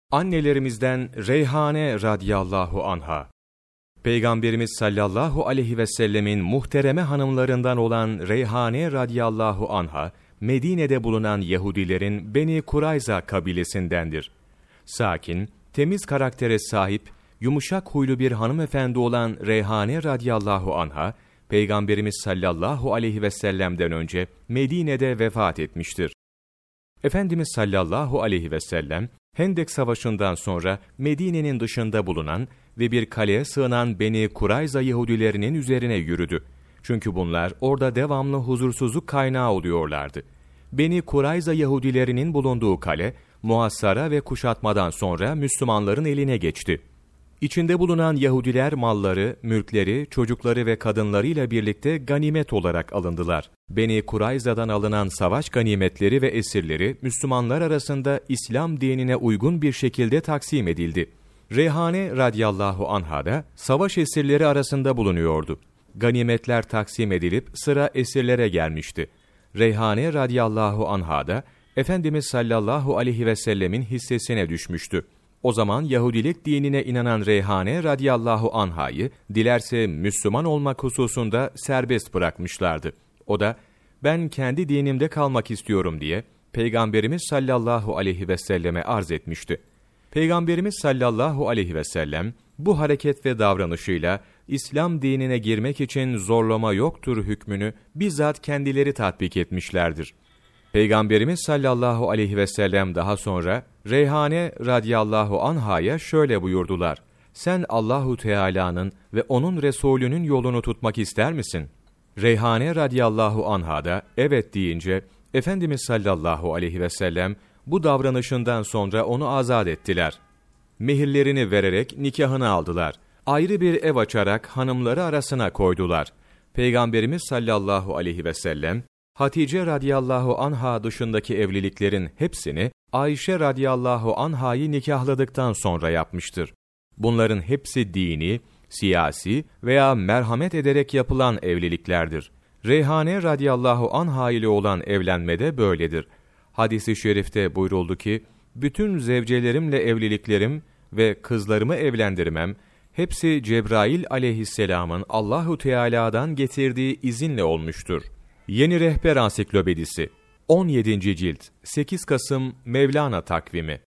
Annelerimizden Reyhane radıyallahu anha. Peygamberimiz sallallahu aleyhi ve sellemin muhtereme hanımlarından olan Reyhane radıyallahu anha, Medine'de bulunan Yahudilerin Beni Kurayza kabilesindendir. Sakin, temiz karaktere sahip, yumuşak huylu bir hanımefendi olan Reyhane radıyallahu anha, Peygamberimiz sallallahu aleyhi ve sellem'den önce Medine'de vefat etmiştir. Efendimiz sallallahu aleyhi ve sellem, Hendek Savaşı'ndan sonra Medine'nin dışında bulunan ve bir kaleye sığınan Beni Kurayza Yahudilerinin üzerine yürüdü. Çünkü bunlar orada devamlı huzursuzluk kaynağı oluyorlardı. Beni Kurayza Yahudilerinin bulunduğu kale, muhassara ve kuşatmadan sonra Müslümanların eline geçti. İçinde bulunan Yahudiler malları, mülkleri, çocukları ve kadınlarıyla birlikte ganimet olarak alındılar. Beni Kurayza'dan alınan savaş ganimetleri ve esirleri Müslümanlar arasında İslam dinine uygun bir şekilde taksim edildi. Reyhane radıyallahu anha da savaş esirleri arasında bulunuyordu. Ganimetler taksim edilip sıra esirlere gelmişti. Reyhane radıyallahu anha da Efendimiz sallallahu aleyhi ve sellemin hissesine düşmüştü. O zaman Yahudilik dinine inanan Reyhane radıyallahu anhayı dilerse Müslüman olmak hususunda serbest bırakmışlardı. O da ben kendi dinimde kalmak istiyorum diye Peygamberimiz sallallahu aleyhi ve selleme arz etmişti. Peygamberimiz sallallahu aleyhi ve sellem bu hareket ve davranışıyla İslam dinine girmek için zorlama yoktur hükmünü bizzat kendileri tatbik etmişlerdir. Peygamberimiz sallallahu aleyhi ve sellem daha sonra Reyhane radıyallahu anhaya şöyle buyurdular: Sen Allahu Teala'nın ve onun Resulünün yolunu tutmak ister misin? Reyhane radıyallahu anha da evet deyince Efendimiz sallallahu aleyhi ve sellem bu davranışından sonra onu azat ettiler. Mehirlerini vererek nikahını aldılar. Ayrı bir ev açarak hanımları arasına koydular. Peygamberimiz sallallahu aleyhi ve sellem Hatice radıyallahu anha dışındaki evliliklerin hepsini Ayşe radıyallahu anhayı nikahladıktan sonra yapmıştır. Bunların hepsi dini, siyasi veya merhamet ederek yapılan evliliklerdir. Reyhane radıyallahu anha ile olan evlenme de böyledir. Hadis-i şerifte buyuruldu ki, bütün zevcelerimle evliliklerim ve kızlarımı evlendirmem, hepsi Cebrail aleyhisselamın Allahu Teala'dan getirdiği izinle olmuştur. Yeni Rehber Ansiklopedisi 17. cilt 8 Kasım Mevlana takvimi